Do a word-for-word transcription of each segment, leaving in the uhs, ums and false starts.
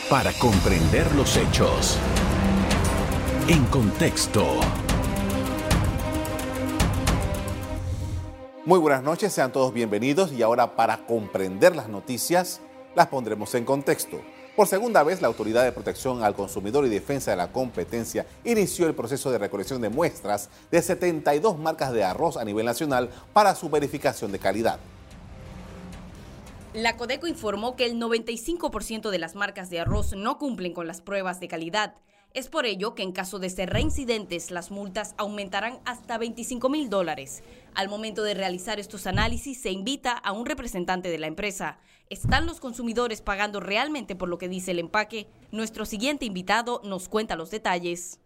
para comprender los hechos. En contexto. Muy buenas noches, sean todos bienvenidos y ahora para comprender las noticias las pondremos en contexto. Por segunda vez, la Autoridad de Protección al Consumidor y Defensa de la Competencia inició el proceso de recolección de muestras de setenta y dos marcas de arroz a nivel nacional para su verificación de calidad. La Codeco informó que el noventa y cinco por ciento de las marcas de arroz no cumplen con las pruebas de calidad. Es por ello que en caso de ser reincidentes, las multas aumentarán hasta veinticinco mil dólares. Al momento de realizar estos análisis, se invita a un representante de la empresa. ¿Están los consumidores pagando realmente por lo que dice el empaque? Nuestro siguiente invitado nos cuenta los detalles.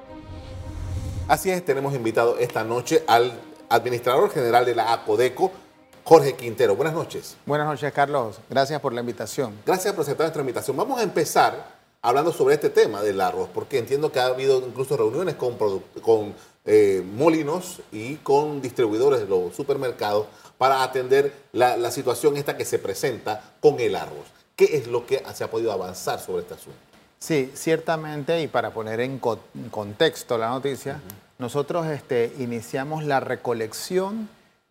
Así es, tenemos invitado esta noche al administrador general de la Codeco, Jorge Quintero. Buenas noches. Buenas noches, Carlos. Gracias por la invitación. Gracias por aceptar nuestra invitación. Vamos a empezar hablando sobre este tema del arroz, porque entiendo que ha habido incluso reuniones con, con eh, molinos y con distribuidores de los supermercados para atender la, la situación esta que se presenta con el arroz. ¿Qué es lo que se ha podido avanzar sobre este asunto? Sí, ciertamente, y para poner en, co en contexto la noticia, uh-huh. nosotros este, iniciamos la recolección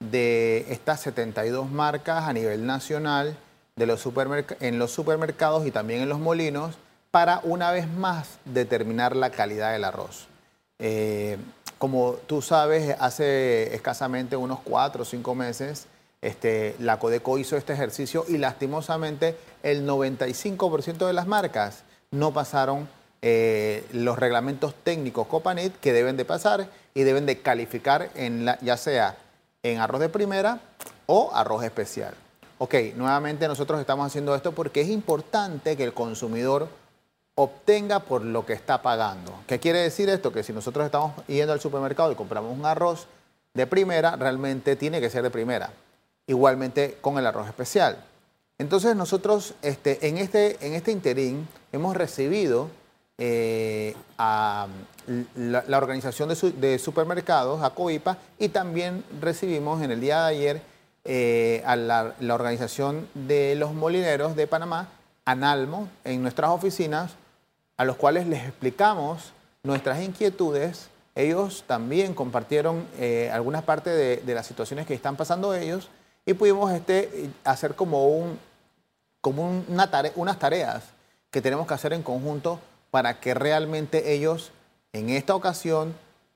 de estas setenta y dos marcas a nivel nacional de los en los supermercados y también en los molinos, para una vez más determinar la calidad del arroz. Eh, como tú sabes, hace escasamente unos cuatro o cinco meses este, la Codeco hizo este ejercicio y lastimosamente el noventa y cinco por ciento de las marcas no pasaron eh, los reglamentos técnicos Copanit que deben de pasar y deben de calificar en la, ya sea en arroz de primera o arroz especial. Ok, nuevamente nosotros estamos haciendo esto porque es importante que el consumidor obtenga por lo que está pagando. ¿Qué quiere decir esto? Que si nosotros estamos yendo al supermercado y compramos un arroz de primera, realmente tiene que ser de primera. Igualmente con el arroz especial. Entonces nosotros este, en, este, en este interín hemos recibido eh, a la, la organización de, su, de supermercados, a COIPA, y también recibimos en el día de ayer eh, a la, la organización de los molineros de Panamá, ANALMO, en nuestras oficinas, a los cuales les explicamos nuestras inquietudes. Ellos también compartieron eh, algunas partes de, de las situaciones que están pasando ellos y pudimos este, hacer como, un, como una tare unas tareas que tenemos que hacer en conjunto para que realmente ellos en esta ocasión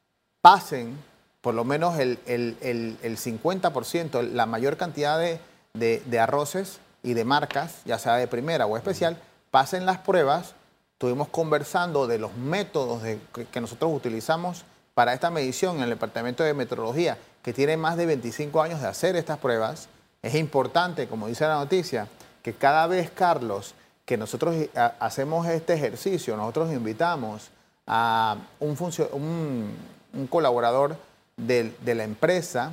pasen por lo menos el, el, el, el cincuenta por ciento, la mayor cantidad de, de, de arroces y de marcas, ya sea de primera o especial, pasen las pruebas. Estuvimos conversando de los métodos de, que, que nosotros utilizamos para esta medición en el Departamento de Metrología, que tiene más de veinticinco años de hacer estas pruebas. Es importante, como dice la noticia, que cada vez, Carlos, que nosotros a, hacemos este ejercicio, nosotros invitamos a un, un, un colaborador de, de la empresa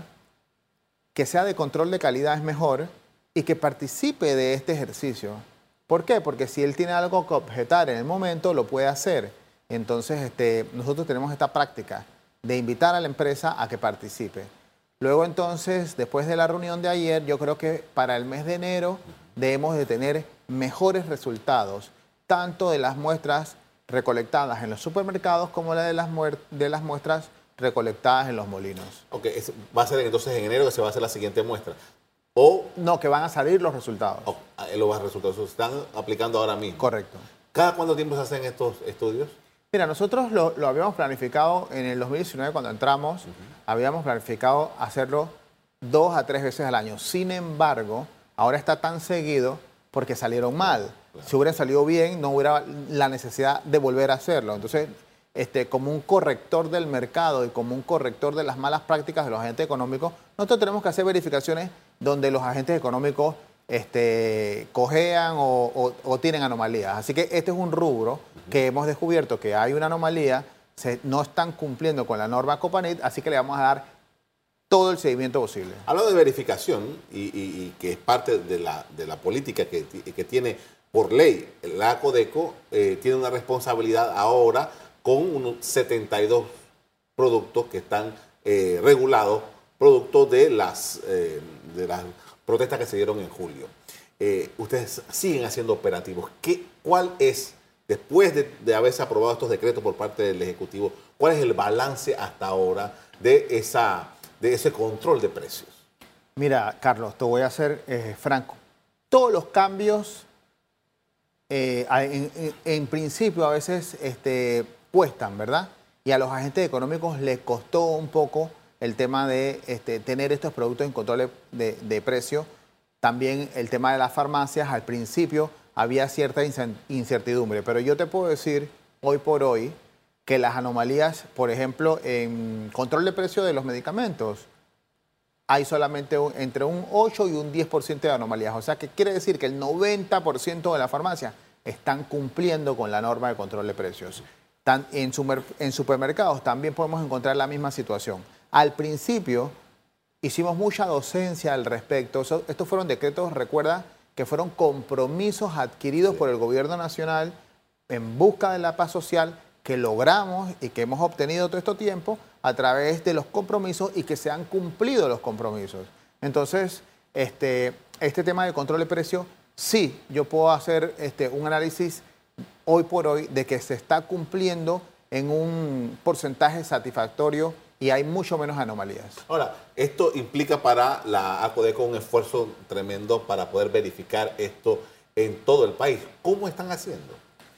que sea de control de calidad es mejor y que participe de este ejercicio. ¿Por qué? Porque si él tiene algo que objetar en el momento, lo puede hacer. Entonces, este, nosotros tenemos esta práctica de invitar a la empresa a que participe. Luego, entonces, después de la reunión de ayer, yo creo que para el mes de enero debemos de tener mejores resultados, tanto de las muestras recolectadas en los supermercados como la de las, de las muestras recolectadas en los molinos. Ok, es, va a ser entonces en enero que se va a hacer la siguiente muestra. O, no, que van a salir los resultados. Oh, los resultados se están aplicando ahora mismo. Correcto. ¿Cada cuánto tiempo se hacen estos estudios? Mira, nosotros lo, lo habíamos planificado en el dos mil diecinueve cuando entramos, uh-huh. habíamos planificado hacerlo dos a tres veces al año. Sin embargo, ahora está tan seguido porque salieron mal. Claro. Si hubiera salido bien, no hubiera la necesidad de volver a hacerlo. Entonces, este, como un corrector del mercado y como un corrector de las malas prácticas de los agentes económicos, nosotros tenemos que hacer verificaciones donde los agentes económicos este, cojean o, o, o tienen anomalías. Así que este es un rubro que hemos descubierto que hay una anomalía, se, no están cumpliendo con la norma Copanit, así que le vamos a dar todo el seguimiento posible. Hablando de verificación, y, y, y que es parte de la, de la política que, que tiene por ley la Codeco, eh, tiene una responsabilidad ahora con unos setenta y dos productos que están eh, regulados, producto de las, eh, de las protestas que se dieron en julio. eh, ustedes siguen haciendo operativos. ¿Qué, ¿Cuál es, después de, de haberse aprobado estos decretos por parte del Ejecutivo, cuál es el balance hasta ahora de, esa, de ese control de precios? Mira, Carlos, te voy a ser eh, franco. Todos los cambios, eh, en, en, en principio, a veces este, cuestan, ¿verdad? Y a los agentes económicos les costó un poco el tema de este, tener estos productos en control de, de, de precio. También el tema de las farmacias, al principio había cierta incertidumbre, pero yo te puedo decir hoy por hoy que las anomalías, por ejemplo, en control de precio de los medicamentos, hay solamente un, entre un ocho y un diez por ciento de anomalías. O sea, que quiere decir que el noventa por ciento de las farmacias están cumpliendo con la norma de control de precios. Tan, en, super, en supermercados también podemos encontrar la misma situación. Al principio hicimos mucha docencia al respecto. So, estos fueron decretos, recuerda, que fueron compromisos adquiridos por el gobierno nacional en busca de la paz social que logramos y que hemos obtenido todo este tiempo a través de los compromisos y que se han cumplido los compromisos. Entonces, este, este tema de control de precios, sí, yo puedo hacer este, un análisis hoy por hoy de que se está cumpliendo en un porcentaje satisfactorio y hay mucho menos anomalías. Ahora, esto implica para la ACODECO un esfuerzo tremendo para poder verificar esto en todo el país. ¿Cómo están haciendo?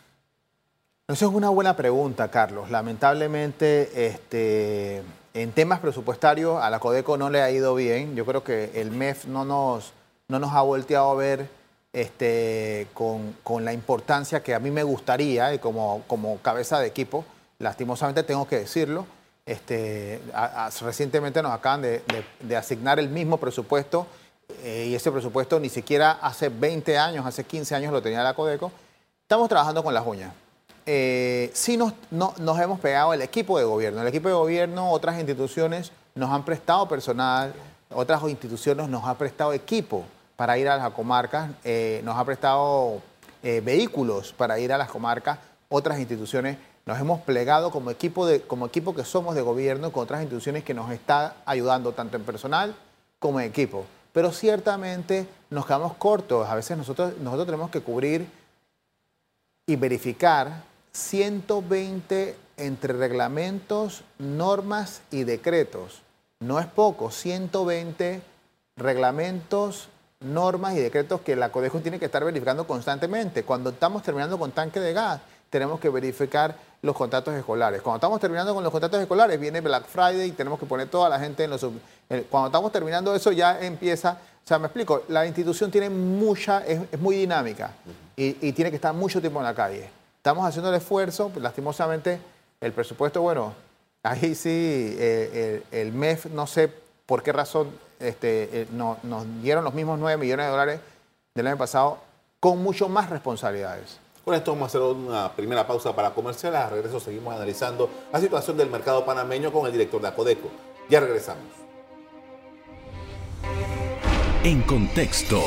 Esa es una buena pregunta, Carlos. Lamentablemente, este, en temas presupuestarios a la ACODECO no le ha ido bien. Yo creo que el M E F no nos, no nos ha volteado a ver este, con, con la importancia que a mí me gustaría, y como, como cabeza de equipo, lastimosamente tengo que decirlo. Este, a, a, recientemente nos acaban de, de, de asignar el mismo presupuesto eh, y ese presupuesto ni siquiera hace veinte años, hace quince años lo tenía la ACODECO. Estamos trabajando con las uñas. Eh, sí nos, no, nos hemos pegado el equipo de gobierno. El equipo de gobierno, otras instituciones nos han prestado personal, otras instituciones nos han prestado equipo para ir a las comarcas, eh, nos ha prestado eh, vehículos para ir a las comarcas, otras instituciones. Nos hemos plegado como equipo, de, como equipo que somos de gobierno con otras instituciones que nos están ayudando tanto en personal como en equipo. Pero ciertamente nos quedamos cortos. A veces nosotros, nosotros tenemos que cubrir y verificar ciento veinte entre reglamentos, normas y decretos. No es poco, ciento veinte reglamentos, normas y decretos que la ACODECO tiene que estar verificando constantemente. Cuando estamos terminando con tanque de gas, tenemos que verificar los contratos escolares. Cuando estamos terminando con los contratos escolares, viene Black Friday y tenemos que poner toda la gente en los... Cuando estamos terminando eso, ya empieza... O sea, me explico, la institución tiene mucha... Es, es muy dinámica y, y tiene que estar mucho tiempo en la calle. Estamos haciendo el esfuerzo, pues, lastimosamente, el presupuesto, bueno, ahí sí, eh, el, el M E F, no sé por qué razón, este, eh, no, nos dieron los mismos nueve millones de dólares del año pasado con mucho más responsabilidades. Con esto vamos a hacer una primera pausa para comercial. A regreso seguimos analizando la situación del mercado panameño con el director de ACODECO. Ya regresamos. En contexto.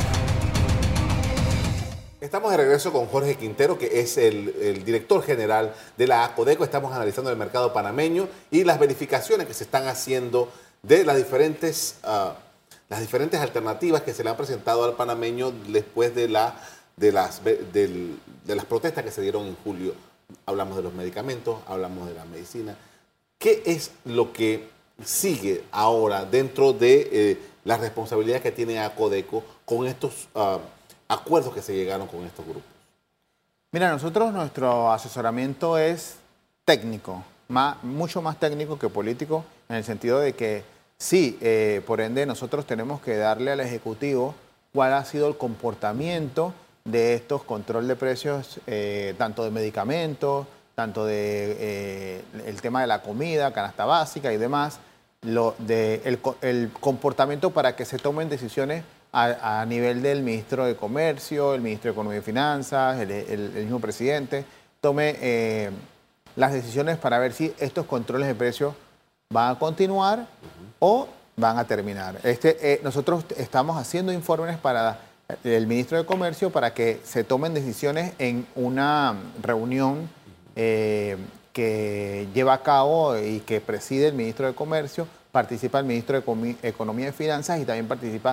Estamos de regreso con Jorge Quintero, que es el, el director general de la ACODECO. Estamos analizando el mercado panameño y las verificaciones que se están haciendo de las diferentes, uh, las diferentes alternativas que se le han presentado al panameño después de la... De las, de, de las protestas que se dieron en julio. Hablamos de los medicamentos, hablamos de la medicina. ¿Qué es lo que sigue ahora dentro de eh, las responsabilidades que tiene ACODECO con estos uh, acuerdos que se llegaron con estos grupos? Mira, nosotros nuestro asesoramiento es técnico, más, mucho más técnico que político, en el sentido de que sí, eh, por ende nosotros tenemos que darle al Ejecutivo cuál ha sido el comportamiento de estos control de precios, eh, tanto de medicamentos, tanto de eh, el tema de la comida, canasta básica y demás, lo de el, el comportamiento para que se tomen decisiones a, a nivel del ministro de Comercio, el ministro de Economía y Finanzas, el, el, el mismo presidente, tome eh, las decisiones para ver si estos controles de precios van a continuar uh-huh. o van a terminar. Este, eh, nosotros estamos haciendo informes para el ministro de Comercio para que se tomen decisiones en una reunión eh, que lleva a cabo y que preside el ministro de Comercio, participa el ministro de Economía y Finanzas y también participa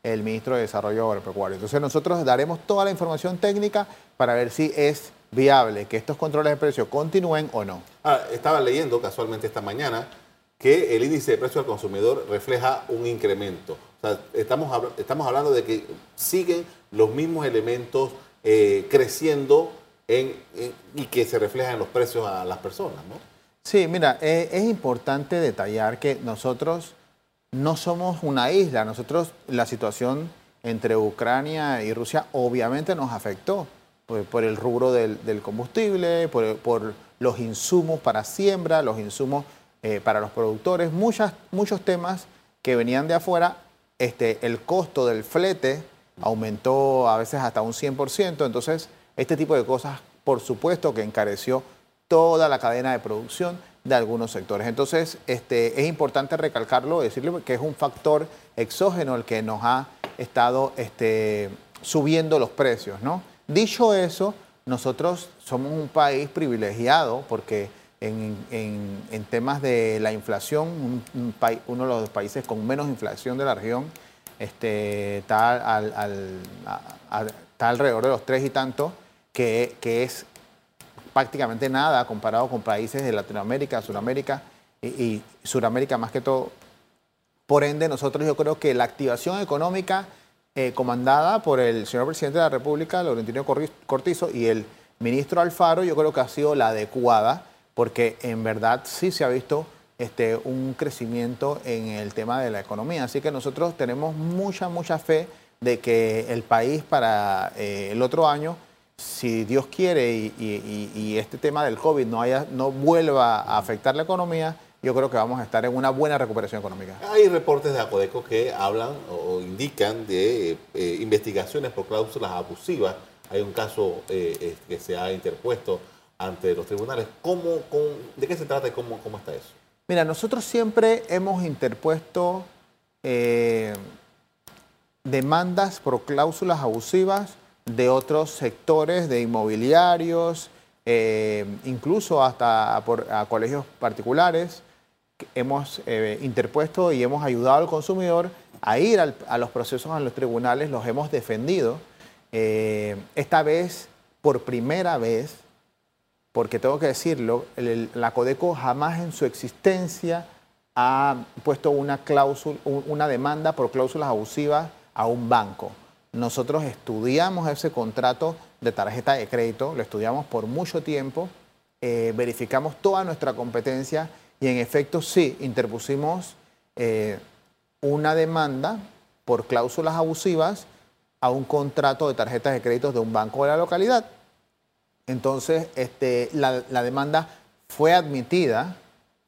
el ministro de Desarrollo Agropecuario. Entonces nosotros daremos toda la información técnica para ver si es viable que estos controles de precios continúen o no. Ahora, estaba leyendo casualmente esta mañana que el índice de precio al consumidor refleja un incremento. O sea, estamos, estamos hablando de que siguen los mismos elementos eh, creciendo en, en, y que se reflejan en los precios a las personas, ¿no? Sí, mira, eh, es importante detallar que nosotros no somos una isla. Nosotros, la situación entre Ucrania y Rusia obviamente nos afectó por, por el rubro del, del combustible, por, por los insumos para siembra, los insumos eh, para los productores, muchas, muchos temas que venían de afuera. Este, el costo del flete aumentó a veces hasta un cien por ciento, entonces este tipo de cosas, por supuesto, que encareció toda la cadena de producción de algunos sectores. Entonces, este, es importante recalcarlo, decirle que es un factor exógeno el que nos ha estado este, subiendo los precios, ¿no? Dicho eso, nosotros somos un país privilegiado porque en, en, en temas de la inflación, un, un país, uno de los países con menos inflación de la región, este, está, al, al, a, a, está alrededor de los tres y tanto, que, que es prácticamente nada comparado con países de Latinoamérica, Sudamérica y, y Sudamérica más que todo. Por ende, nosotros yo creo que la activación económica eh, comandada por el señor presidente de la República, Laurentino Cortizo, y el ministro Alfaro, yo creo que ha sido la adecuada, porque en verdad sí se ha visto este, un crecimiento en el tema de la economía. Así que nosotros tenemos mucha, mucha fe de que el país para eh, el otro año, si Dios quiere y, y, y este tema del COVID no, haya, no vuelva a afectar la economía, yo creo que vamos a estar en una buena recuperación económica. Hay reportes de Acodeco que hablan o indican de eh, investigaciones por cláusulas abusivas. Hay un caso eh, que se ha interpuesto ante los tribunales. ¿Cómo, cómo, ¿De qué se trata y cómo, cómo está eso? Mira, nosotros siempre hemos interpuesto eh, demandas por cláusulas abusivas de otros sectores, de inmobiliarios, eh, incluso hasta por, a colegios particulares. Hemos eh, interpuesto y hemos ayudado al consumidor a ir al, a los procesos en los tribunales, los hemos defendido. Eh, esta vez, por primera vez, porque tengo que decirlo, el, la Codeco jamás en su existencia ha puesto una, cláusula, una demanda por cláusulas abusivas a un banco. Nosotros estudiamos ese contrato de tarjeta de crédito, lo estudiamos por mucho tiempo, eh, verificamos toda nuestra competencia y en efecto sí, interpusimos eh, una demanda por cláusulas abusivas a un contrato de tarjetas de crédito de un banco de la localidad. Entonces, este, la, la demanda fue admitida,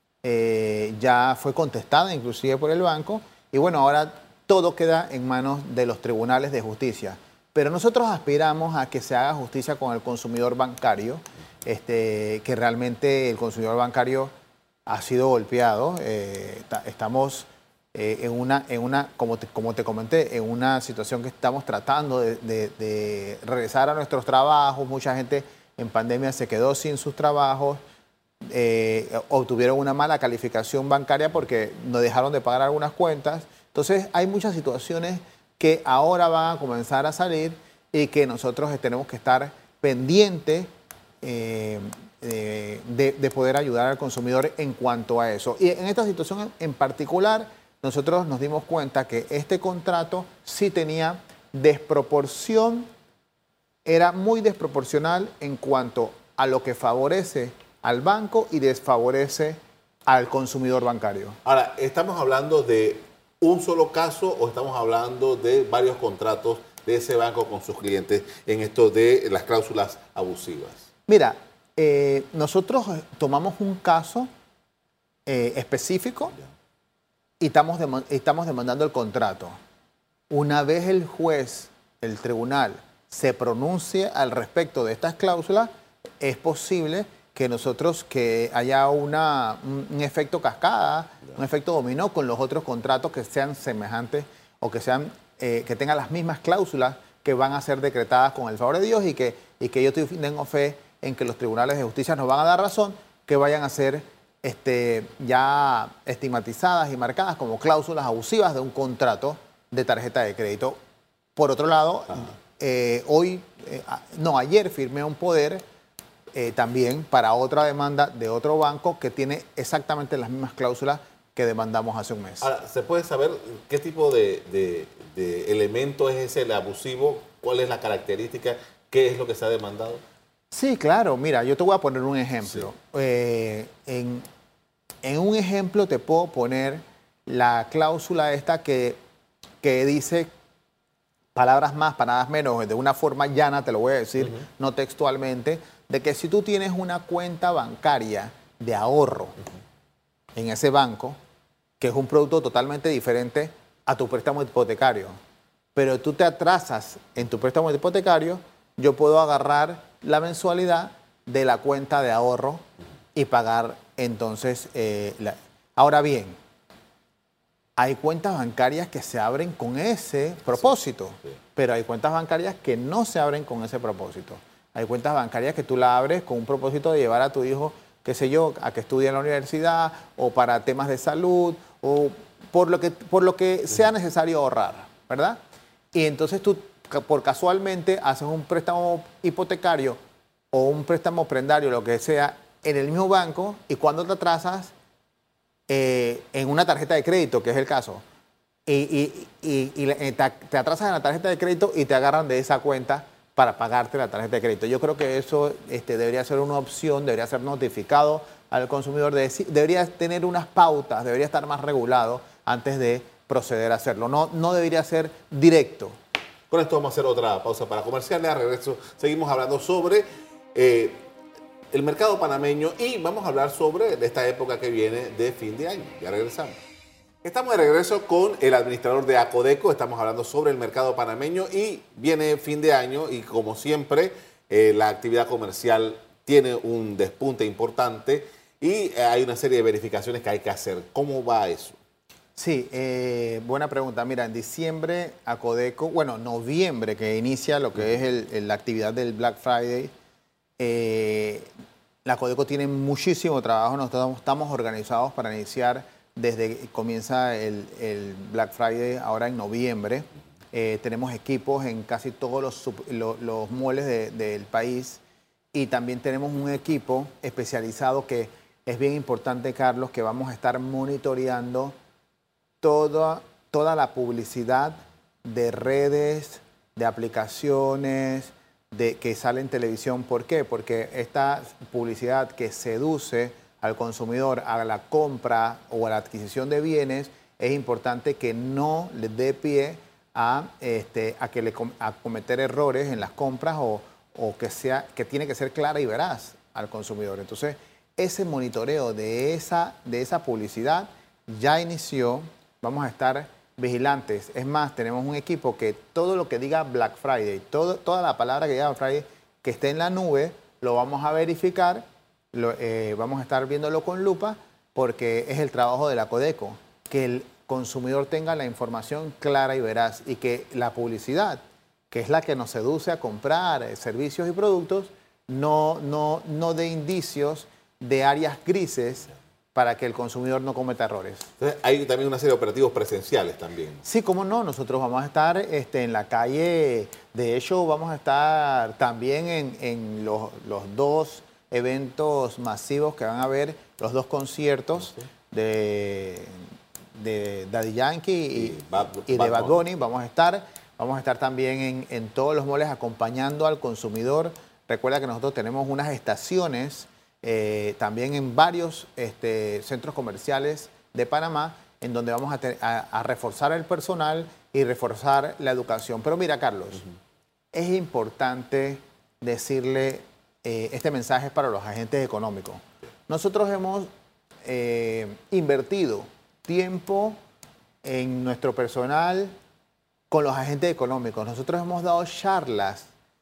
eh, ya fue contestada inclusive por el banco y bueno, ahora todo queda en manos de los tribunales de justicia. Pero nosotros aspiramos a que se haga justicia con el consumidor bancario, este, que realmente el consumidor bancario ha sido golpeado. Eh, estamos eh, en una, en una como, te, como te comenté, en una situación que estamos tratando de, de, de regresar a nuestros trabajos. Mucha gente en pandemia se quedó sin sus trabajos, eh, obtuvieron una mala calificación bancaria porque no dejaron de pagar algunas cuentas. Entonces hay muchas situaciones que ahora van a comenzar a salir y que nosotros tenemos que estar pendientes eh, eh, de, de poder ayudar al consumidor en cuanto a eso. Y en esta situación en particular, nosotros nos dimos cuenta que este contrato sí tenía desproporción, era muy desproporcional en cuanto a lo que favorece al banco y desfavorece al consumidor bancario. Ahora, ¿estamos hablando de un solo caso o estamos hablando de varios contratos de ese banco con sus clientes en esto de las cláusulas abusivas? Mira, eh, nosotros tomamos un caso eh, específico y estamos, dem- estamos demandando el contrato. Una vez el juez, el tribunal, se pronuncie al respecto de estas cláusulas, es posible que nosotros, que haya una, un, un efecto cascada, un efecto dominó con los otros contratos que sean semejantes o que, sean, eh, que tengan las mismas cláusulas que van a ser decretadas con el favor de Dios y que, y que yo tengo fe en que los tribunales de justicia nos van a dar razón, que vayan a ser este, ya estigmatizadas y marcadas como cláusulas abusivas de un contrato de tarjeta de crédito. Por otro lado, eh, hoy, eh, no, ayer firmé un poder eh, también para otra demanda de otro banco que tiene exactamente las mismas cláusulas que demandamos hace un mes. Ahora, ¿se puede saber qué tipo de, de, de elemento es ese, el abusivo? ¿Cuál es la característica? ¿Qué es lo que se ha demandado? Sí, claro. Mira, yo te voy a poner un ejemplo. Sí. Eh, en, en un ejemplo te puedo poner la cláusula esta que, que dice palabras más, palabras menos, de una forma llana, te lo voy a decir, uh-huh. no textualmente, de que si tú tienes una cuenta bancaria de ahorro uh-huh. en ese banco, que es un producto totalmente diferente a tu préstamo hipotecario, pero tú te atrasas en tu préstamo hipotecario, yo puedo agarrar la mensualidad de la cuenta de ahorro y pagar entonces... Eh, la... Ahora bien, hay cuentas bancarias que se abren con ese propósito, sí, sí. pero hay cuentas bancarias que no se abren con ese propósito. Hay cuentas bancarias que tú la abres con un propósito de llevar a tu hijo, qué sé yo, a que estudie en la universidad o para temas de salud o por lo que, por lo que sea necesario ahorrar, ¿verdad? Y entonces tú, por casualmente, haces un préstamo hipotecario o un préstamo prendario, lo que sea, en el mismo banco y cuando te atrasas, Eh, en una tarjeta de crédito, que es el caso, y, y, y, y te, te atrasas en la tarjeta de crédito y te agarran de esa cuenta para pagarte la tarjeta de crédito. Yo creo que eso este, debería ser una opción, debería ser notificado al consumidor, de, debería tener unas pautas, debería estar más regulado antes de proceder a hacerlo. No, no debería ser directo. Con esto vamos a hacer otra pausa para comerciales. A regreso seguimos hablando sobre... Eh, el mercado panameño y vamos a hablar sobre esta época que viene de fin de año. Ya regresamos. Estamos de regreso con el administrador de Acodeco. Estamos hablando sobre el mercado panameño y viene fin de año y como siempre eh, la actividad comercial tiene un despunte importante y eh, hay una serie de verificaciones que hay que hacer. ¿Cómo va eso? Sí, eh, buena pregunta. Mira, en diciembre Acodeco, bueno, noviembre que inicia lo que uh-huh. es el, el, la actividad del Black Friday. Eh, la Acodeco tiene muchísimo trabajo, nosotros estamos organizados para iniciar desde que comienza el, el Black Friday ahora en noviembre. Eh, tenemos equipos en casi todos los, los, los malls de, del país y también tenemos un equipo especializado que es bien importante, Carlos, que vamos a estar monitoreando toda, toda la publicidad de redes, de aplicaciones, de que sale en televisión. ¿Por qué? Porque esta publicidad que seduce al consumidor a la compra o a la adquisición de bienes, es importante que no le dé pie a, este, a, que le, a cometer errores en las compras o, o que, sea, que tiene que ser clara y veraz al consumidor. Entonces, ese monitoreo de esa, de esa publicidad ya inició. Vamos a estar vigilantes. Es más, tenemos un equipo que todo lo que diga Black Friday, todo, toda la palabra que diga Black Friday que esté en la nube, lo vamos a verificar, lo, eh, vamos a estar viéndolo con lupa, porque es el trabajo de la Acodeco, que el consumidor tenga la información clara y veraz y que la publicidad, que es la que nos seduce a comprar eh, servicios y productos, no, no, no dé indicios de áreas grises para que el consumidor no cometa errores. Entonces, hay también una serie de operativos presenciales también. Sí, cómo no. Nosotros vamos a estar este, en la calle. De hecho, vamos a estar también en, en los, los dos eventos masivos que van a haber, los dos conciertos sí. de, de Daddy Yankee y, y, Bad, y de Bad Bunny. Vamos a estar, vamos a estar también en, en todos los malls acompañando al consumidor. Recuerda que nosotros tenemos unas estaciones Eh, también en varios este, centros comerciales de Panamá, en donde vamos a, a, a reforzar el personal y reforzar la educación. Pero mira, Carlos, uh-huh. es importante decirle, eh, este mensaje para los agentes económicos. Nosotros hemos eh, invertido tiempo en nuestro personal con los agentes económicos. Nosotros hemos dado charlas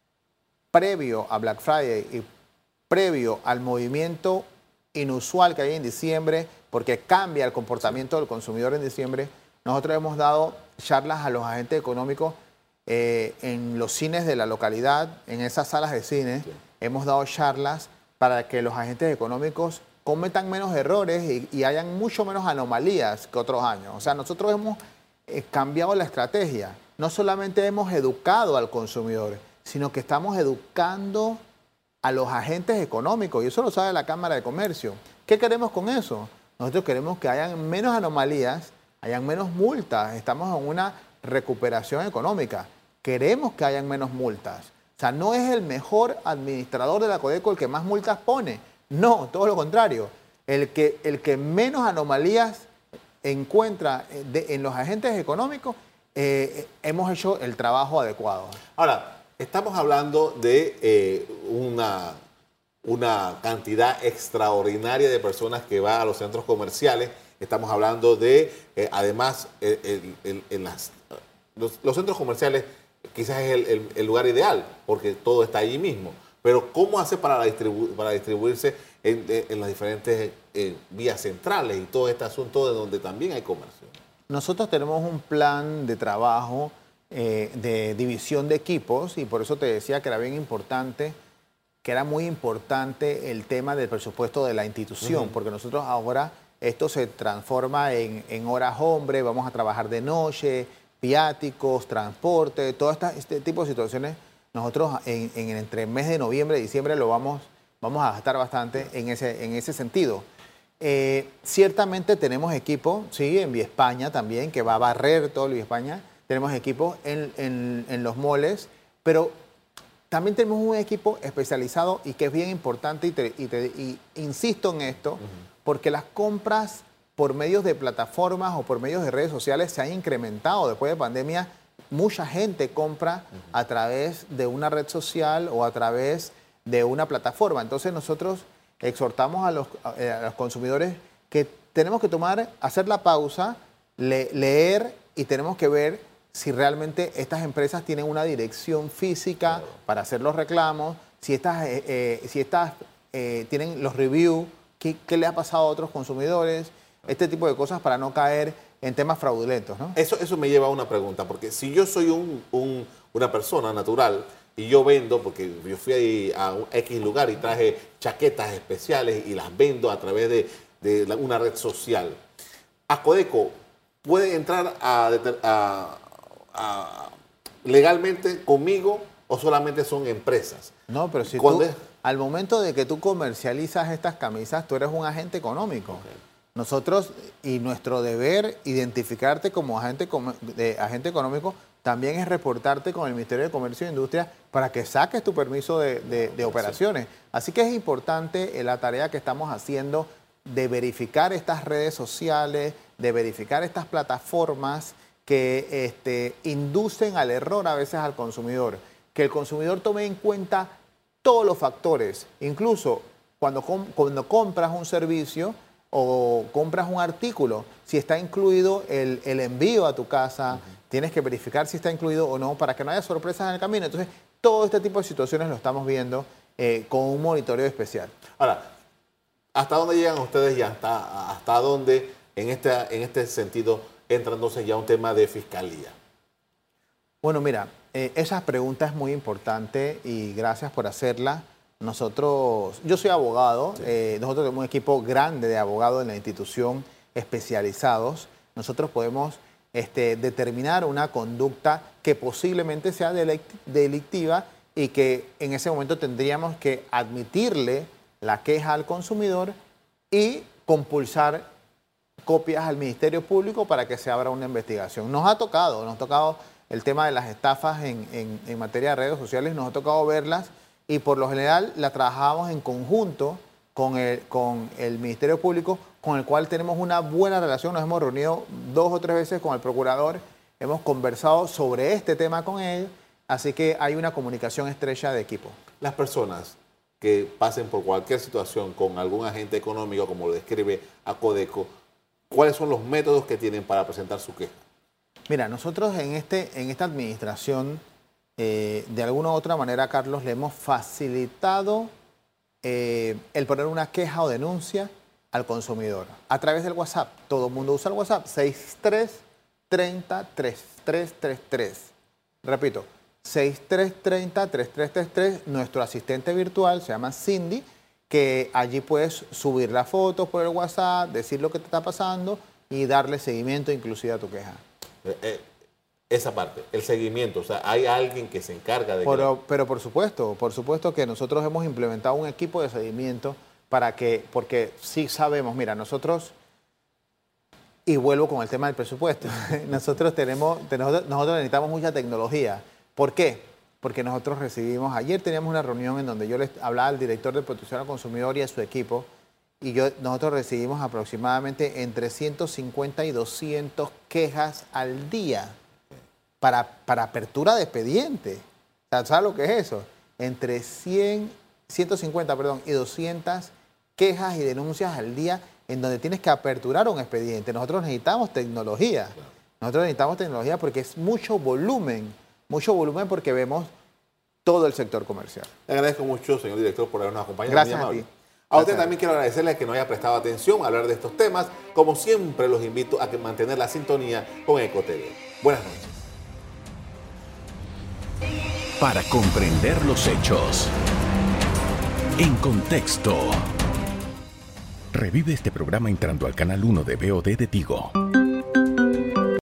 previo a Black Friday y previo al movimiento inusual que hay en diciembre, porque cambia el comportamiento del consumidor en diciembre. Nosotros hemos dado charlas a los agentes económicos eh, en los cines de la localidad, en esas salas de cine. Sí. Hemos dado charlas para que los agentes económicos cometan menos errores y, y hayan mucho menos anomalías que otros años. O sea, nosotros hemos eh, cambiado la estrategia. No solamente hemos educado al consumidor, sino que estamos educando a los agentes económicos, y eso lo sabe la Cámara de Comercio. ¿Qué queremos con eso? Nosotros queremos que hayan menos anomalías, hayan menos multas, estamos en una recuperación económica. Queremos que hayan menos multas. O sea, no es el mejor administrador de la Codeco el que más multas pone. No, todo lo contrario. El que, el que menos anomalías encuentra de, en los agentes económicos, eh, hemos hecho el trabajo adecuado. Ahora, estamos hablando de eh, una, una cantidad extraordinaria de personas que van a los centros comerciales. Estamos hablando de, eh, además, el, el, el, el, las, los, los centros comerciales quizás es el, el, el lugar ideal, porque todo está allí mismo. Pero ¿cómo hace para, distribu para distribuirse en, en, en las diferentes eh, vías centrales y todo este asunto de donde también hay comercio? Nosotros tenemos un plan de trabajo eh, de división de equipos, y por eso te decía que era bien importante, que era muy importante el tema del presupuesto de la institución, uh-huh. porque nosotros ahora esto se transforma en, en horas hombre, vamos a trabajar de noche, viáticos, transporte, todo esta, este tipo de situaciones. Nosotros en, en, entre el mes de noviembre y diciembre lo vamos, vamos a gastar bastante en ese, en ese sentido. Eh, ciertamente tenemos equipo, sí, en Vía España también, que va a barrer todo el Vía España. Tenemos equipo en, en, en los moles, pero también tenemos un equipo especializado y que es bien importante, y, te, y, te, y insisto en esto, uh-huh. porque las compras por medios de plataformas o por medios de redes sociales se han incrementado. Después de pandemia, mucha gente compra uh-huh. a través de una red social o a través de una plataforma. Entonces nosotros exhortamos a los, a los consumidores que tenemos que tomar, hacer la pausa, le, leer y tenemos que ver si realmente estas empresas tienen una dirección física para hacer los reclamos, si estas, eh, eh, si estas eh, tienen los reviews, qué, qué le ha pasado a otros consumidores, este tipo de cosas para no caer en temas fraudulentos, ¿no? Eso, eso me lleva a una pregunta, porque si yo soy un, un, una persona natural y yo vendo, porque yo fui a un X lugar y traje chaquetas especiales y las vendo a través de, de una red social, ¿Acodeco puede entrar a, a, a, legalmente conmigo o solamente son empresas? No, pero si tú, es? al momento de que tú comercializas estas camisas, tú eres un agente económico. Okay. Nosotros, y nuestro deber, identificarte como agente, de, agente económico, también es reportarte con el Ministerio de Comercio e Industria para que saques tu permiso de, de, de operaciones. Así que es importante la tarea que estamos haciendo de verificar estas redes sociales, de verificar estas plataformas que este, inducen al error a veces al consumidor. Que el consumidor tome en cuenta todos los factores. Incluso cuando, com cuando compras un servicio o compras un artículo, si está incluido el, el envío a tu casa, uh-huh. tienes que verificar si está incluido o no para que no haya sorpresas en el camino. Entonces, todo este tipo de situaciones lo estamos viendo eh, con un monitoreo especial. Ahora, ¿hasta dónde llegan ustedes ya? ¿Hasta, hasta dónde en este, en este sentido entra entonces ya un tema de fiscalía? Bueno, mira, eh, esa pregunta es muy importante y gracias por hacerla. Nosotros, yo soy abogado, sí. eh, nosotros tenemos un equipo grande de abogados en la institución especializados. Nosotros podemos este, determinar una conducta que posiblemente sea delictiva y que en ese momento tendríamos que admitirle la queja al consumidor y compulsar copias al Ministerio Público para que se abra una investigación. Nos ha tocado, nos ha tocado el tema de las estafas en, en, en materia de redes sociales, nos ha tocado verlas y por lo general la trabajamos en conjunto con el, con el Ministerio Público, con el cual tenemos una buena relación. Nos hemos reunido dos o tres veces con el procurador, hemos conversado sobre este tema con él, así que hay una comunicación estrecha de equipo. Las personas que pasen por cualquier situación con algún agente económico, como lo describe Acodeco, ¿cuáles son los métodos que tienen para presentar su queja? Mira, nosotros en, este, en esta administración, eh, de alguna u otra manera, Carlos, le hemos facilitado eh, el poner una queja o denuncia al consumidor a través del WhatsApp. Todo el mundo usa el WhatsApp, seis tres treinta, treinta y tres treinta y tres. Repito, seis tres treinta, treinta y tres treinta y tres. Nuestro asistente virtual se llama Cindy, que allí puedes subir las fotos por el WhatsApp, decir lo que te está pasando y darle seguimiento inclusive a tu queja. Eh, eh, esa parte, el seguimiento, o sea, hay alguien que se encarga de... Pero, que... pero por supuesto, por supuesto que nosotros hemos implementado un equipo de seguimiento para que, porque sí sabemos, mira, nosotros, y vuelvo con el tema del presupuesto, nosotros tenemos, nosotros, nosotros necesitamos mucha tecnología. ¿Por qué? Porque nosotros recibimos, ayer teníamos una reunión en donde yo les hablaba al director de protección al consumidor y a su equipo, y yo, nosotros recibimos aproximadamente entre ciento cincuenta y doscientas quejas al día para, para apertura de expediente. ¿Sabes lo que es eso? Entre cien, ciento cincuenta perdón, y doscientas quejas y denuncias al día en donde tienes que aperturar un expediente. Nosotros necesitamos tecnología. Nosotros necesitamos tecnología porque es mucho volumen, mucho volumen porque vemos todo el sector comercial. Le agradezco mucho, señor director, por habernos acompañado. Gracias a ti. A usted también quiero agradecerle que nos haya prestado atención a hablar de estos temas. Como siempre, los invito a que mantener la sintonía con EcoTV. Buenas noches. Para comprender los hechos. En contexto. Revive este programa entrando al canal uno de V O D de Tigo.